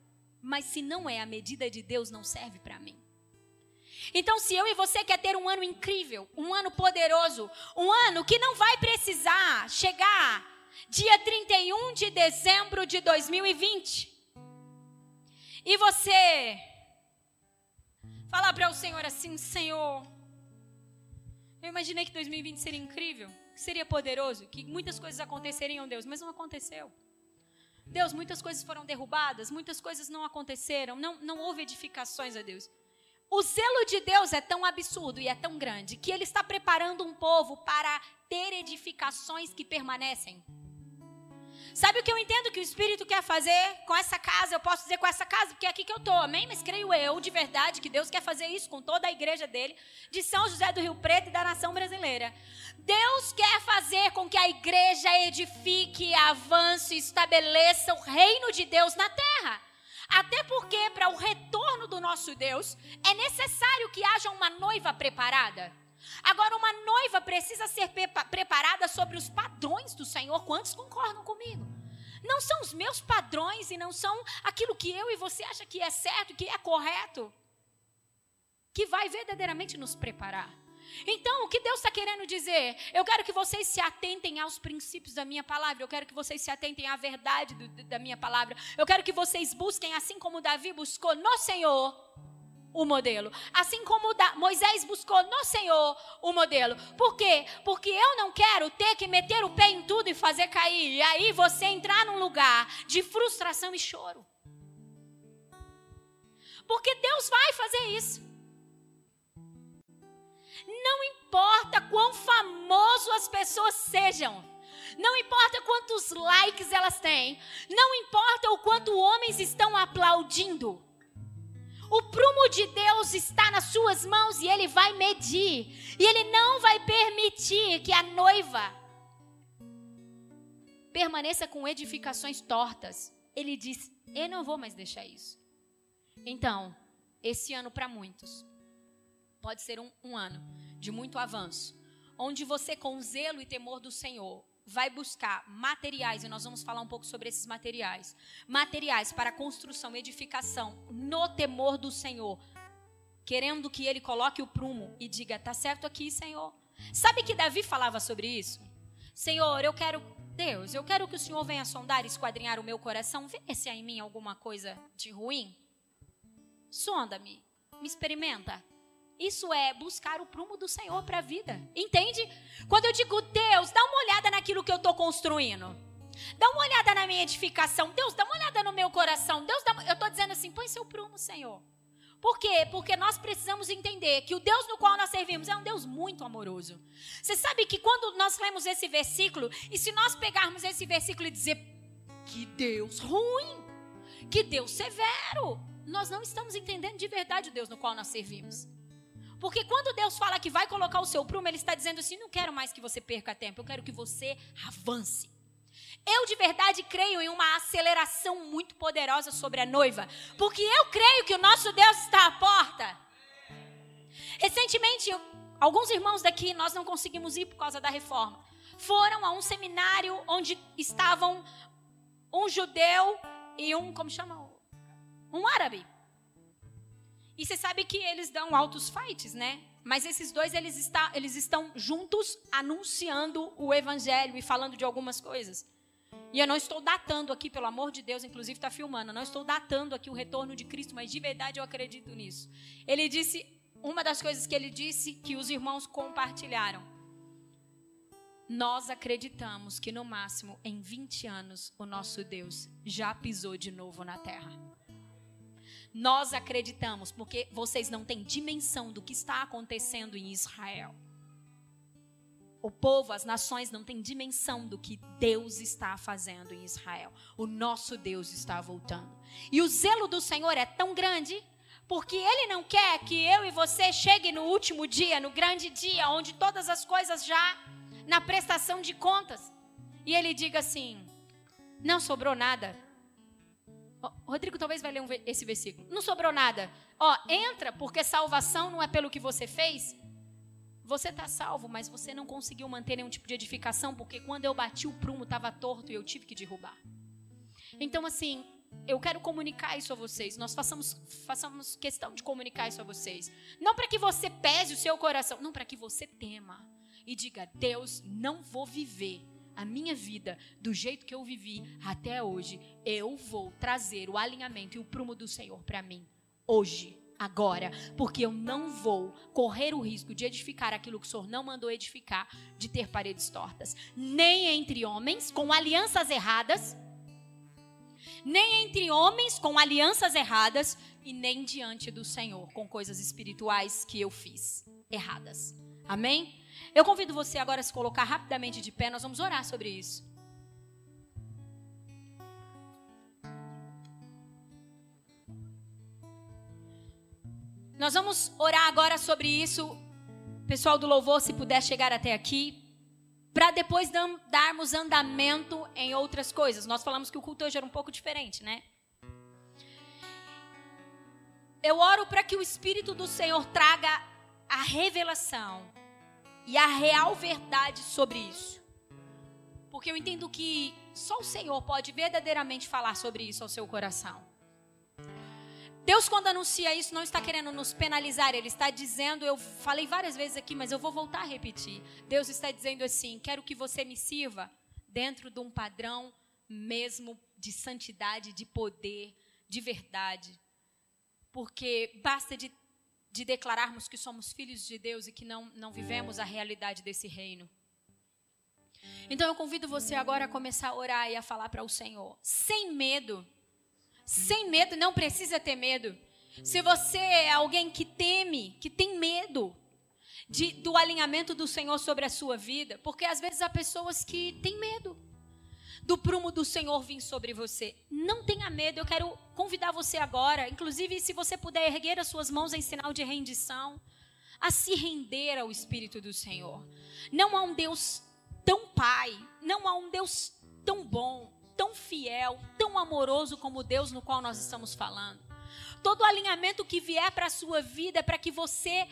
Mas se não é a medida de Deus, não serve para mim. Então, se eu e você quer ter um ano incrível, um ano poderoso, um ano que não vai precisar chegar dia trinta e um de dezembro de dois mil e vinte, e você falar para o Senhor assim: Senhor, eu imaginei que dois mil e vinte seria incrível, que seria poderoso, que muitas coisas aconteceriam, Deus, mas não aconteceu. Deus, muitas coisas foram derrubadas, muitas coisas não aconteceram, não, não houve edificações a Deus. O zelo de Deus é tão absurdo e é tão grande que Ele está preparando um povo para ter edificações que permanecem. Sabe o que eu entendo que o Espírito quer fazer com essa casa? Eu posso dizer com essa casa, porque é aqui que eu estou, amém? Mas creio eu, de verdade, que Deus quer fazer isso com toda a igreja dele, de São José do Rio Preto e da nação brasileira. Deus quer fazer com que a igreja edifique, avance, estabeleça o reino de Deus na terra. Até porque, para o retorno do nosso Deus, é necessário que haja uma noiva preparada. Agora, uma noiva precisa ser preparada sobre os padrões do Senhor. Quantos concordam comigo? Não são os meus padrões e não são aquilo que eu e você acham que é certo, que é correto, que vai verdadeiramente nos preparar. Então, o que Deus está querendo dizer? Eu quero que vocês se atentem aos princípios da minha palavra. Eu quero que vocês se atentem à verdade do, da minha palavra. Eu quero que vocês busquem, assim como Davi buscou no Senhor, o modelo. Assim como da, Moisés buscou no Senhor o modelo. Por quê? Porque eu não quero ter que meter o pé em tudo e fazer cair. E aí você entrar num lugar de frustração e choro. Porque Deus vai fazer isso. Não importa quão famoso as pessoas sejam. Não importa quantos likes elas têm. Não importa o quanto homens estão aplaudindo. O prumo de Deus está nas suas mãos e Ele vai medir. E Ele não vai permitir que a noiva permaneça com edificações tortas. Ele diz: eu não vou mais deixar isso. Então, esse ano para muitos pode ser um, um ano de muito avanço, onde você, com zelo e temor do Senhor, vai buscar materiais, e nós vamos falar um pouco sobre esses materiais, materiais para construção e edificação, no temor do Senhor, querendo que Ele coloque o prumo e diga: tá certo aqui, Senhor. Sabe que Davi falava sobre isso? Senhor, eu quero, Deus, eu quero que o Senhor venha sondar e esquadrinhar o meu coração, vê se há em mim alguma coisa de ruim. Sonda-me, me experimenta. Isso é buscar o prumo do Senhor para a vida. Entende? Quando eu digo: Deus, dá uma olhada naquilo que eu estou construindo. Dá uma olhada na minha edificação. Deus, dá uma olhada no meu coração. Deus, dá uma... eu estou dizendo assim: põe seu prumo, Senhor. Por quê? Porque nós precisamos entender que o Deus no qual nós servimos é um Deus muito amoroso. Você sabe que quando nós lemos esse versículo, e se nós pegarmos esse versículo e dizer: que Deus ruim, que Deus severo, nós não estamos entendendo de verdade o Deus no qual nós servimos. Porque quando Deus fala que vai colocar o seu prumo, Ele está dizendo assim: não quero mais que você perca tempo, eu quero que você avance. Eu de verdade creio em uma aceleração muito poderosa sobre a noiva, porque eu creio que o nosso Deus está à porta. Recentemente, eu, alguns irmãos daqui, nós não conseguimos ir por causa da reforma, foram a um seminário onde estavam um judeu e um, como chama? Um árabe. E você sabe que eles dão altos fights, né? Mas esses dois, eles, está, eles estão juntos anunciando o evangelho e falando de algumas coisas. E eu não estou datando aqui, pelo amor de Deus, inclusive está filmando, eu não estou datando aqui o retorno de Cristo, mas de verdade eu acredito nisso. Ele disse, uma das coisas que ele disse, que os irmãos compartilharam: nós acreditamos que no máximo em vinte anos o nosso Deus já pisou de novo na terra. Nós acreditamos, porque vocês não têm dimensão do que está acontecendo em Israel. O povo, as nações não têm dimensão do que Deus está fazendo em Israel. O nosso Deus está voltando. E o zelo do Senhor é tão grande, porque Ele não quer que eu e você chegue no último dia, no grande dia, onde todas as coisas já na prestação de contas, e Ele diga assim: não sobrou nada. Rodrigo talvez vai ler um, esse versículo. Não sobrou nada. Ó, entra, porque salvação não é pelo que você fez. Você está salvo, mas você não conseguiu manter nenhum tipo de edificação, porque quando eu bati o prumo estava torto e eu tive que derrubar. Então assim,
eu quero comunicar isso a vocês. Nós façamos, façamos questão de comunicar isso a vocês. Não para que você pese o seu coração, não, para que você tema e diga: Deus, não vou viver a minha vida do jeito que eu vivi até hoje. Eu vou trazer o alinhamento e o prumo do Senhor para mim hoje, agora, porque eu não vou correr o risco de edificar aquilo que o Senhor não mandou edificar, de ter paredes tortas, nem entre homens com alianças erradas, nem entre homens com alianças erradas, e nem diante do Senhor com coisas espirituais que eu fiz erradas. Amém? Eu convido você agora a se colocar rapidamente de pé. Nós vamos orar sobre isso. Nós vamos orar agora sobre isso. Pessoal do louvor, se puder chegar até aqui, para depois darmos andamento em outras coisas. Nós falamos que o culto hoje era um pouco diferente, né? Eu oro para que o Espírito do Senhor traga a revelação e a real verdade sobre isso. Porque eu entendo que só o Senhor pode verdadeiramente falar sobre isso ao seu coração. Deus, quando anuncia isso, não está querendo nos penalizar. Ele está dizendo, eu falei várias vezes aqui, mas eu vou voltar a repetir. Deus está dizendo assim: quero que você me sirva dentro de um padrão mesmo de santidade, de poder, de verdade. Porque basta de de declararmos que somos filhos de Deus e que não, não vivemos a realidade desse reino. Então eu convido você agora a começar a orar e a falar para o Senhor, sem medo, sem medo, não precisa ter medo. Se você é alguém que teme, que tem medo de, do alinhamento do Senhor sobre a sua vida, porque às vezes há pessoas que têm medo do prumo do Senhor vir sobre você. Não tenha medo, eu quero convidar você agora, inclusive se você puder erguer as suas mãos em sinal de rendição, a se render ao Espírito do Senhor. Não há um Deus tão Pai, não há um Deus tão bom, tão fiel, tão amoroso como o Deus no qual nós estamos falando. Todo alinhamento que vier para a sua vida é para que você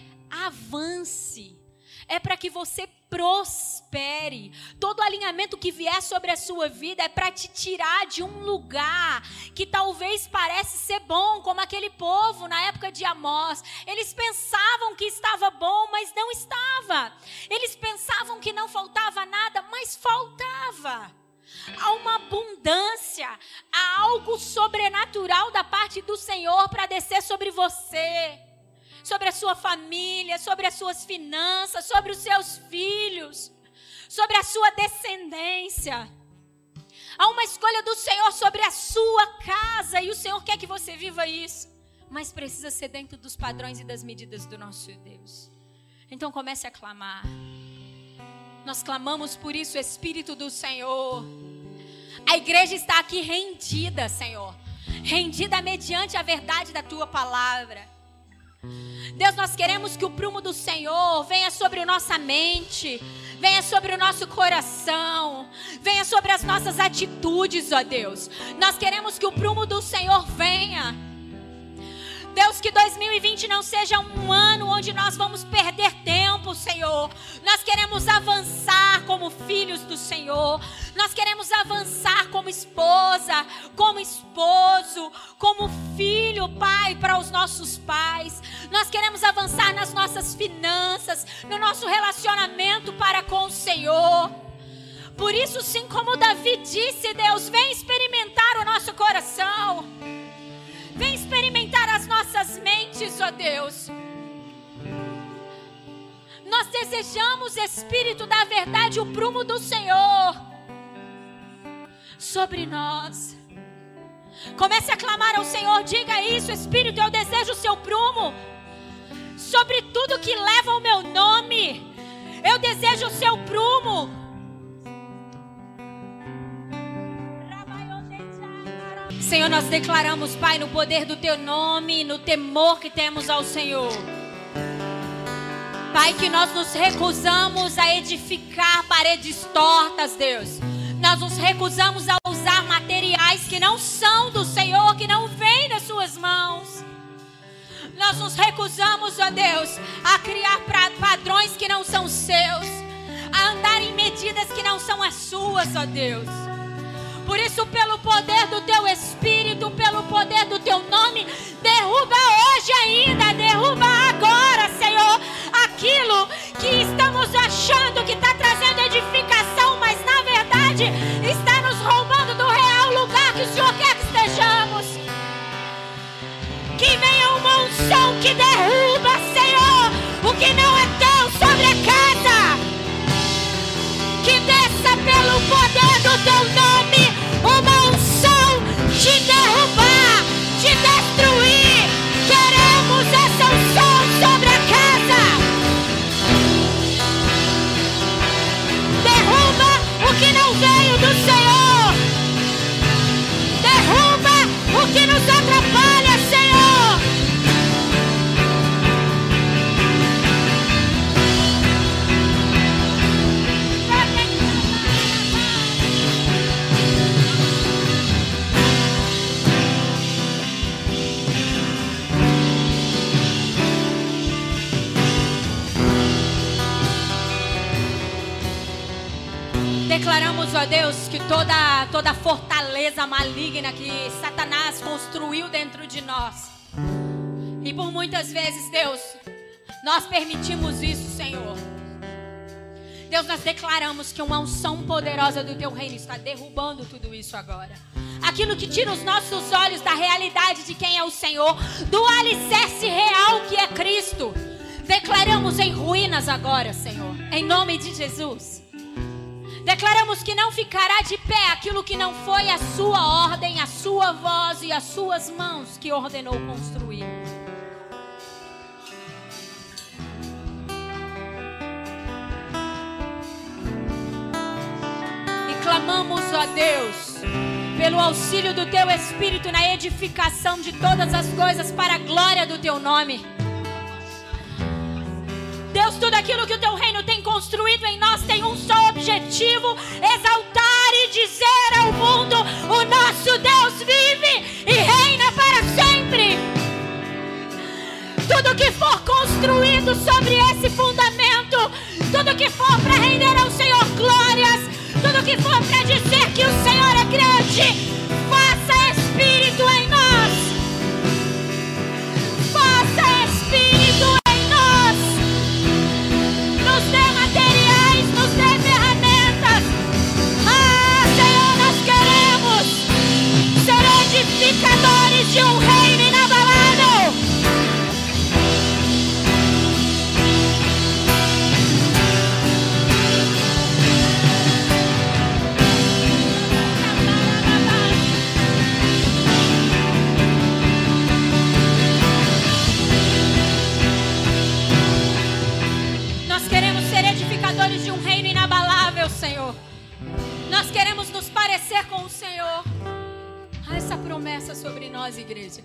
avance, é para que você prospere. Todo alinhamento que vier sobre a sua vida é para te tirar de um lugar que talvez parece ser bom, como aquele povo na época de Amós. Eles pensavam que estava bom, mas não estava. Eles pensavam que não faltava nada, mas faltava. Há uma abundância, há algo sobrenatural da parte do Senhor para descer sobre você, sobre a sua família, sobre as suas finanças, sobre os seus filhos, sobre a sua descendência. Há uma escolha do Senhor sobre a sua casa e o Senhor quer que você viva isso, mas precisa ser dentro dos padrões e das medidas do nosso Deus. Então comece a clamar. Nós clamamos por isso, Espírito do Senhor. A igreja está aqui rendida, Senhor, rendida mediante a verdade da Tua palavra. Deus, nós queremos que o prumo do Senhor venha sobre a nossa mente, venha sobre o nosso coração, venha sobre as nossas atitudes, ó Deus. Nós queremos que o prumo do Senhor venha. Deus, que dois mil e vinte não seja um ano onde nós vamos perder tempo, Senhor. Nós queremos avançar como filhos do Senhor. Nós queremos avançar como esposa, como esposo, como filho, pai, para os nossos pais. Nós queremos avançar nas nossas finanças, no nosso relacionamento para com o Senhor. Por isso, sim, como Davi disse, Deus, vem experimentar o nosso coração. Vem experimentar as nossas mentes, ó Deus. Nós desejamos, Espírito da verdade, o prumo do Senhor sobre nós. Comece a clamar ao Senhor, diga isso, Espírito, eu desejo o seu prumo sobre tudo que leva o meu nome. Eu desejo o seu prumo. Senhor, nós declaramos, Pai, no poder do Teu nome, no temor que temos ao Senhor. Pai, que nós nos recusamos a edificar paredes tortas, Deus. Nós nos recusamos a usar materiais que não são do Senhor, que não vêm das Suas mãos. Nós nos recusamos, ó Deus, a criar padrões que não são seus, a andar em medidas que não são as Suas, ó Deus. Por isso, pelo poder do teu Espírito, pelo poder do teu nome, derruba hoje ainda, derruba agora, Senhor, aquilo que estamos achando que está trazendo edificação, mas na verdade está nos roubando do real lugar que o Senhor quer que estejamos. Que venha uma unção que derruba, Senhor, o que não é teu sobre a casa. Que desça pelo poder do teu nome uma unção de derrubar, de destruir. Queremos essa unção sobre a casa. Derruba o que não veio do Senhor. Derruba o que nos atrapalha, Senhor. Declaramos, ó Deus, que toda, toda fortaleza maligna que Satanás construiu dentro de nós, e por muitas vezes, Deus, nós permitimos isso, Senhor. Deus, nós declaramos que uma unção poderosa do teu reino está derrubando tudo isso agora. Aquilo que tira os nossos olhos da realidade de quem é o Senhor, do alicerce real que é Cristo. Declaramos em ruínas agora, Senhor, em nome de Jesus. Declaramos que não ficará de pé aquilo que não foi a sua ordem, a sua voz e as suas mãos que ordenou construir. E clamamos, ó Deus, pelo auxílio do teu Espírito na edificação de todas as coisas para a glória do teu nome. Deus, tudo aquilo que o teu reino tem construído em nós tem um só objetivo: exaltar e dizer ao mundo: o nosso Deus vive e reina para sempre. Tudo que for construído sobre esse fundamento, tudo que for para render ao Senhor glórias, tudo que for para dizer que o Senhor é grande, faça Espírito em nós. Faça Espírito em nós. Nos dê materiais, nos dê ferramentas. Ah, Senhor, nós queremos ser edificadores de um reino inabalável. De um reino inabalável, Senhor. Nós queremos nos parecer com o Senhor. Há essa promessa sobre nós, igreja.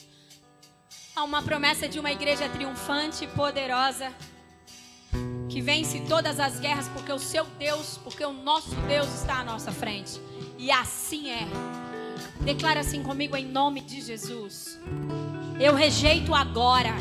Há uma promessa de uma igreja triunfante e poderosa, que vence todas as guerras, porque o seu Deus, porque o nosso Deus está à nossa frente. E assim é. Declara assim comigo em nome de Jesus. Eu rejeito agora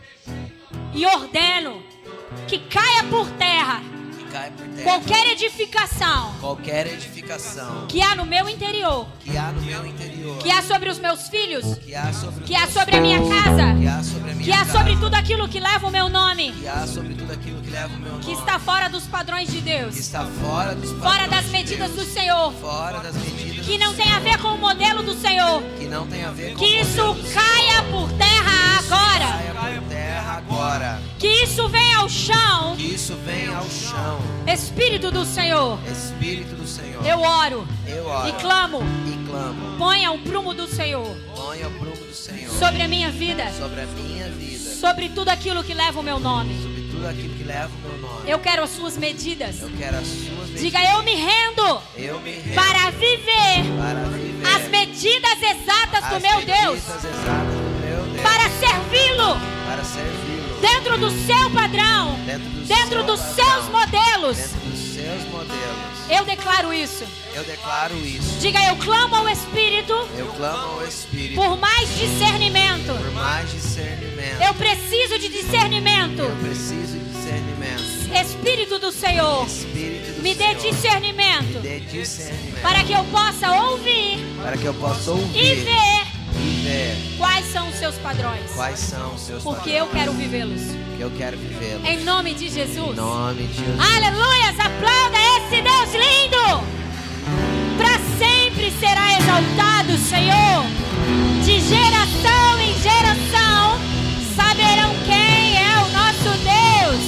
e ordeno que caia por terra
Por terra.
Qualquer edificação,
qualquer edificação
que há no meu interior,
que há no meu interior,
que há sobre os meus filhos,
que há sobre,
que há sobre a minha casa,
que há sobre a minha
que há
casa,
sobre tudo aquilo que leva o meu nome,
que há sobre tudo aquilo que leva o meu nome,
que está fora dos padrões de Deus,
que está fora dos padrões
fora das
de
medidas
Deus,
do Senhor,
fora das medidas
que não
do
tem a ver com o modelo do Senhor,
que não tem a ver com
que
o
isso
modelo do
caia
Senhor,
por terra agora,
caia por terra agora,
que isso venha ao chão,
que isso venha ao chão.
Espírito do Senhor,
Espírito do Senhor,
eu oro,
eu oro
e clamo,
e clamo,
ponha o prumo do Senhor
ponha o prumo do Senhor
sobre a minha vida,
sobre a minha vida,
sobre tudo aquilo que leva o meu nome.
sobre tudo aquilo que leva o meu nome.
Eu quero as suas medidas.
Eu quero as suas medidas.
Diga, eu me rendo
Eu me rendo
para viver
para viver
as medidas exatas do
as
meu Deus,
medidas exatas do meu Deus,
para servi-lo
para servi-lo
dentro do seu padrão,
dentro, do
dentro
seu
dos
padrão,
seus modelos.
dentro dos seus modelos.
Eu declaro isso.
Eu declaro isso.
Diga, eu clamo ao Espírito
Eu clamo ao Espírito
por mais discernimento.
por mais discernimento.
Eu preciso de discernimento.
Eu preciso de discernimento.
Espírito do Senhor, Senhor,
Espírito do
me dê
Senhor,
discernimento,
me dê discernimento,
para que eu possa ouvir
para que eu possa
e
ouvir
ver
e ver
quais são os seus padrões.
quais são os seus
Porque
padrões,
eu quero vivê-los.
que eu quero vivê-los.
Em nome de
Em
Jesus.
nome de Jesus.
Aleluias, aplauda esse Deus lindo. Para sempre será exaltado, Senhor. De geração em geração saberão quem é o nosso Deus.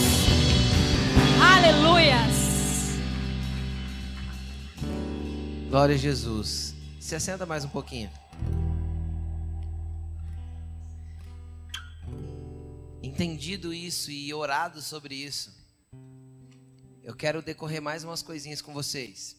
Aleluias.
Glória a Jesus. Se assenta mais um pouquinho. Entendido isso e orado sobre isso, eu quero decorrer mais umas coisinhas com vocês.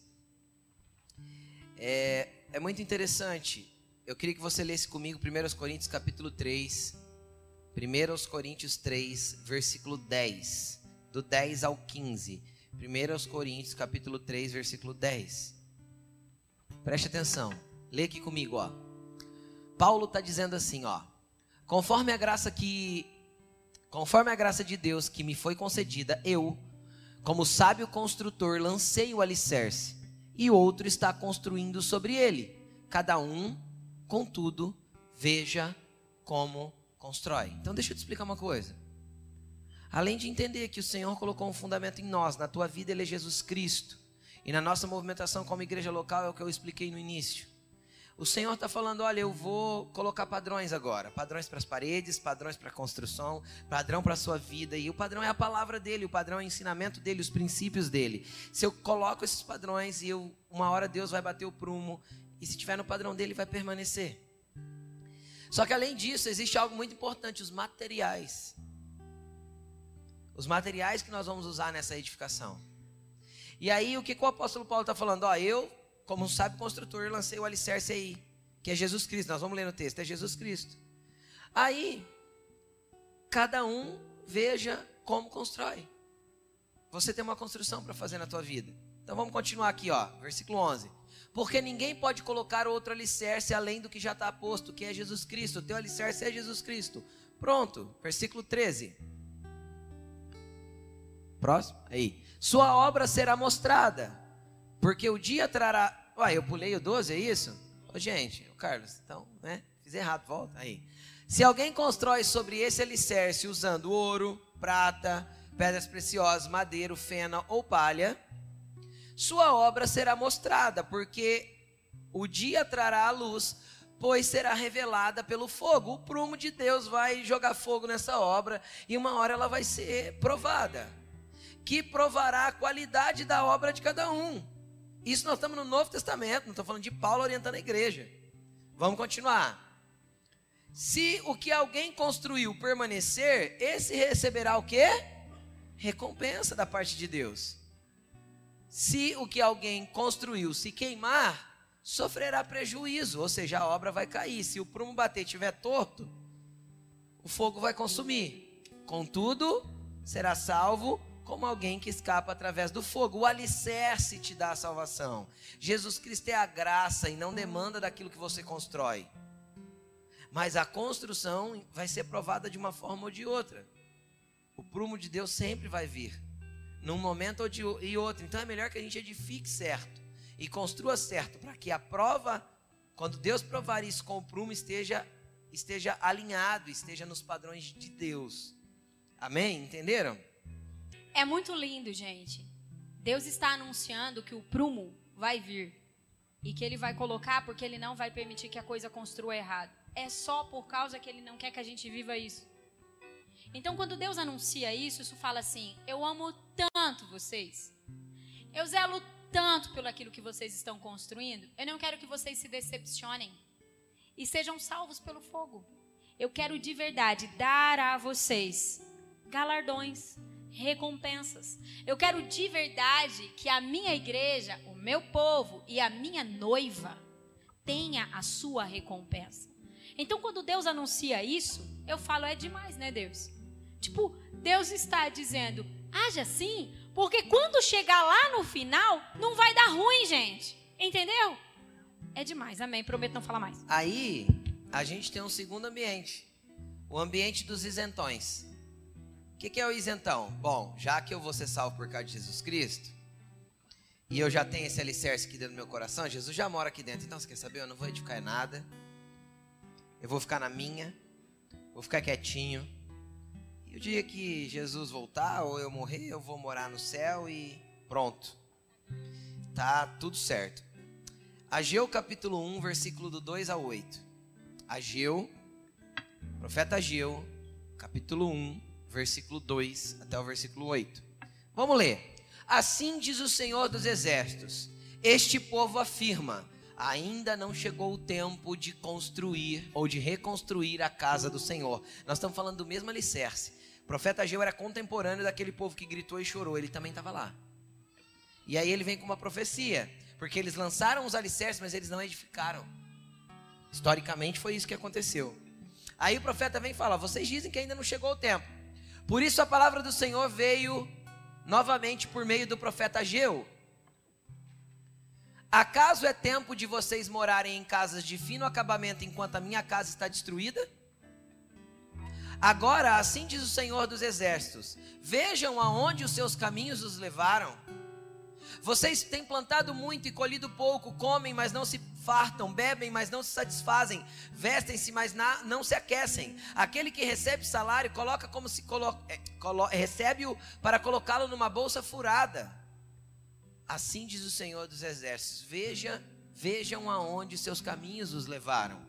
É, é muito interessante. Eu queria que você lesse comigo primeira Coríntios capítulo três. primeira Coríntios três, versículo dez. Do dez ao quinze. primeira Coríntios capítulo três, versículo dez. Preste atenção. Lê aqui comigo, ó. Paulo está dizendo assim, ó. Conforme a graça que... Conforme a graça de Deus que me foi concedida, eu, como sábio construtor, lancei o alicerce, e outro está construindo sobre ele. Cada um, contudo, veja como constrói. Então deixa eu te explicar uma coisa. Além de entender que o Senhor colocou um fundamento em nós, na tua vida ele é Jesus Cristo, e na nossa movimentação como igreja local é o que eu expliquei no início. O Senhor está falando, olha, eu vou colocar padrões agora. Padrões para as paredes, padrões para a construção, padrão para a sua vida. E o padrão é a palavra dele, o padrão é o ensinamento dele, os princípios dele. Se eu coloco esses padrões e eu, uma hora Deus vai bater o prumo, e se estiver no padrão dele vai permanecer. Só que além disso, existe algo muito importante, os materiais. Os materiais que nós vamos usar nessa edificação. E aí o que, que o apóstolo Paulo está falando? Ó, eu... Como um sábio construtor, lancei o alicerce aí, que é Jesus Cristo. Nós vamos ler no texto, é Jesus Cristo. Aí, cada um veja como constrói. Você tem uma construção para fazer na tua vida. Então vamos continuar aqui, ó, versículo onze. Porque ninguém pode colocar outro alicerce além do que já está posto, que é Jesus Cristo. O teu alicerce é Jesus Cristo. Pronto, versículo treze. Próximo, aí. Sua obra será mostrada, porque o dia trará... Ué, eu pulei o doze, é isso? Ô, gente, o Carlos, então, né? Fiz errado, volta aí. Se alguém constrói sobre esse alicerce usando ouro, prata, pedras preciosas, madeiro, feno ou palha, sua obra será mostrada, porque o dia trará a luz, pois será revelada pelo fogo. O prumo de Deus vai jogar fogo nessa obra e uma hora ela vai ser provada, que provará a qualidade da obra de cada um. Isso nós estamos no Novo Testamento, não estou falando de Paulo orientando a igreja. Vamos continuar. Se o que alguém construiu permanecer, esse receberá o quê? Recompensa da parte de Deus. Se o que alguém construiu se queimar, sofrerá prejuízo, ou seja, a obra vai cair. Se o prumo bater e estiver torto, o fogo vai consumir. Contudo, será salvo como alguém que escapa através do fogo. O alicerce te dá a salvação. Jesus Cristo é a graça e não demanda daquilo que você constrói. Mas a construção vai ser provada de uma forma ou de outra. O prumo de Deus sempre vai vir, num momento ou de, e outro. Então é melhor que a gente edifique certo e construa certo, para que a prova, quando Deus provar isso com o prumo, esteja, esteja alinhado, esteja nos padrões de Deus. Amém? Entenderam?
É muito lindo, gente. Deus está anunciando que o prumo vai vir e que ele vai colocar porque ele não vai permitir que a coisa construa errado. É só por causa que ele não quer que a gente viva isso. Então, quando Deus anuncia isso, isso fala assim: eu amo tanto vocês, eu zelo tanto pelo aquilo que vocês estão construindo, eu não quero que vocês se decepcionem e sejam salvos pelo fogo. Eu quero de verdade dar a vocês galardões, recompensas. Eu quero de verdade que a minha igreja, o meu povo e a minha noiva tenha a sua recompensa. Então, quando Deus anuncia isso, eu falo, é demais, né, Deus? Tipo, Deus está dizendo, age assim, porque quando chegar lá no final, não vai dar ruim, gente. Entendeu? É demais, amém. Prometo não falar mais.
Aí, a gente tem um segundo ambiente. O ambiente dos isentões. que, que é o isentão? Bom, já que eu vou ser salvo por causa de Jesus Cristo, e eu já tenho esse alicerce aqui dentro do meu coração, Jesus já mora aqui dentro. Então, você quer saber? Eu não vou edificar em nada. Eu vou ficar na minha. Vou ficar quietinho. E o dia que Jesus voltar, ou eu morrer, eu vou morar no céu e pronto. Tá tudo certo. Ageu capítulo um, versículo do dois ao oito. Ageu, profeta Ageu, capítulo um, versículo dois até o versículo oito. Vamos ler. Assim diz o Senhor dos Exércitos, este povo afirma, ainda não chegou o tempo de construir ou de reconstruir a casa do Senhor. Nós estamos falando do mesmo alicerce. O profeta Ageu era contemporâneo daquele povo que gritou e chorou, ele também estava lá. E aí ele vem com uma profecia, porque eles lançaram os alicerces, mas eles não edificaram. Historicamente foi isso que aconteceu. Aí o profeta vem e fala, vocês dizem que ainda não chegou o tempo. Por isso a palavra do Senhor veio novamente por meio do profeta Ageu. Acaso é tempo de vocês morarem em casas de fino acabamento enquanto a minha casa está destruída? Agora, assim diz o Senhor dos Exércitos, vejam aonde os seus caminhos os levaram. Vocês têm plantado muito e colhido pouco, comem, mas não se fartam, bebem, mas não se satisfazem, vestem-se, mas na, não se aquecem. Aquele que recebe salário, coloca como se colo, é, colo, recebe-o para colocá-lo numa bolsa furada. Assim diz o Senhor dos Exércitos, veja, vejam aonde seus caminhos os levaram.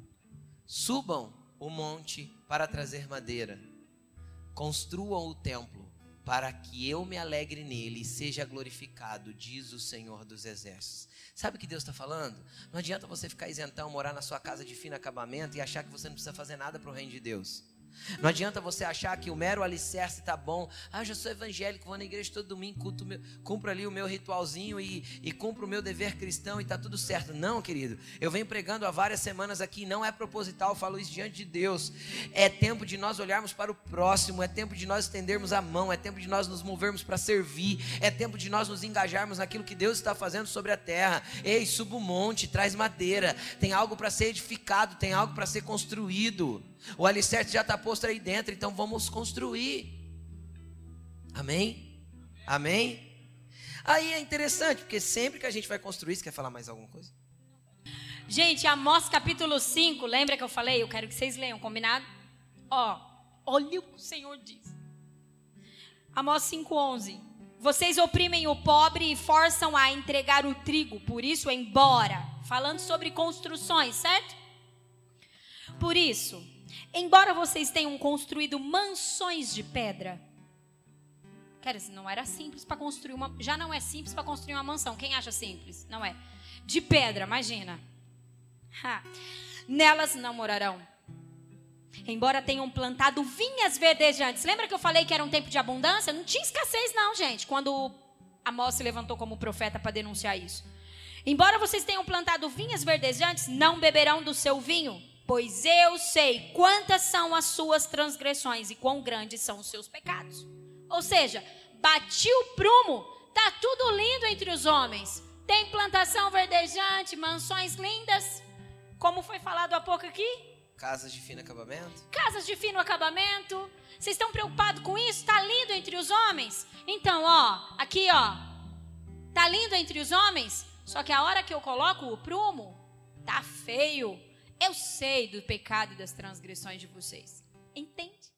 Subam o monte para trazer madeira, construam o templo, para que eu me alegre nele e seja glorificado, diz o Senhor dos Exércitos. Sabe o que Deus está falando? Não adianta você ficar isentão, morar na sua casa de fino acabamento e achar que você não precisa fazer nada para o reino de Deus. Não adianta você achar que o mero alicerce está bom. Ah, eu já sou evangélico, vou na igreja todo domingo, culto meu, cumpro ali o meu ritualzinho e, e cumpro o meu dever cristão e está tudo certo. Não, querido, eu venho pregando há várias semanas aqui, não é proposital, eu falo isso diante de Deus. É tempo de nós olharmos para o próximo, é tempo de nós estendermos a mão, é tempo de nós nos movermos para servir, é tempo de nós nos engajarmos naquilo que Deus está fazendo sobre a terra. Ei, suba o monte, traz madeira, tem algo para ser edificado, tem algo para ser construído. O alicerce já está posto aí dentro, então vamos construir. Amém? Amém? Aí é interessante, porque sempre que a gente vai construir, você quer falar mais alguma coisa?
Gente, Amós capítulo cinco, lembra que eu falei? Eu quero que vocês leiam, combinado? Ó, olha o que o Senhor diz. Amós cinco, onze. Vocês oprimem o pobre e forçam a entregar o trigo, por isso embora. Falando sobre construções, certo? Por isso, embora vocês tenham construído mansões de pedra, quer dizer, não era simples para construir uma, já não é simples para construir uma mansão. Quem acha simples? Não é. De pedra, imagina. Ha. Nelas não morarão. Embora tenham plantado vinhas verdejantes. Lembra que eu falei que era um tempo de abundância? Não tinha escassez não, gente, quando Amós se levantou como profeta para denunciar isso. Embora vocês tenham plantado vinhas verdejantes, não beberão do seu vinho, pois eu sei quantas são as suas transgressões e quão grandes são os seus pecados. Ou seja, bati o prumo, tá tudo lindo entre os homens. Tem plantação verdejante, mansões lindas, como foi falado há pouco aqui.
Casas de fino acabamento.
Casas de fino acabamento. Vocês estão preocupados com isso? Tá lindo entre os homens? Então, ó, aqui, ó, tá lindo entre os homens, só que a hora que eu coloco o prumo, tá feio. Eu sei do pecado e das transgressões de vocês. Entende?